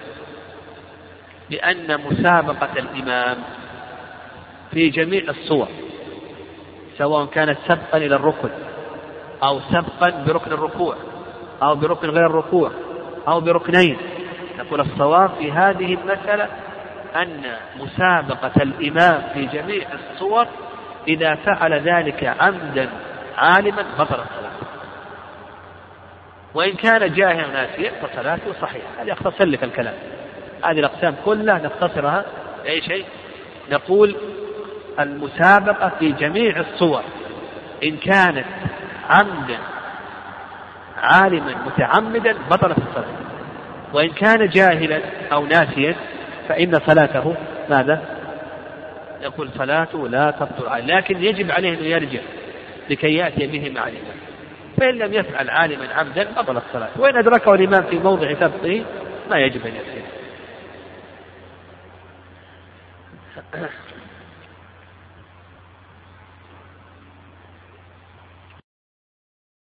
بأن مسابقة الإمام في جميع الصور، سواء كانت سبقا إلى الركن أو سبقا بركن الركوع أو بركن غير الركوع أو بركنين، نقول الصواب في هذه المسألة أن مسابقة الإمام في جميع الصور إذا فعل ذلك عمدا عالما بطل الصلاة، وإن كان جاهلا ناسيا فصلاته صحيحة. هذه أختصر لك الكلام. هذه الأقسام كلها نختصرها أي شيء، نقول المسابقة في جميع الصور إن كانت عمدا عالما متعمدا بطلت الصلاة، وإن كان جاهلا أو ناسيا فإن صلاته ماذا؟ يقول صلاته لا تبطل عليه، لكن يجب عليه أن يرجع لكي يأتي به مع الإمام. فإن لم يفعل عالما عمدا بطل الصلاة، وإن أدركه الإمام في موضع سبقه ما يجب أن يرجع.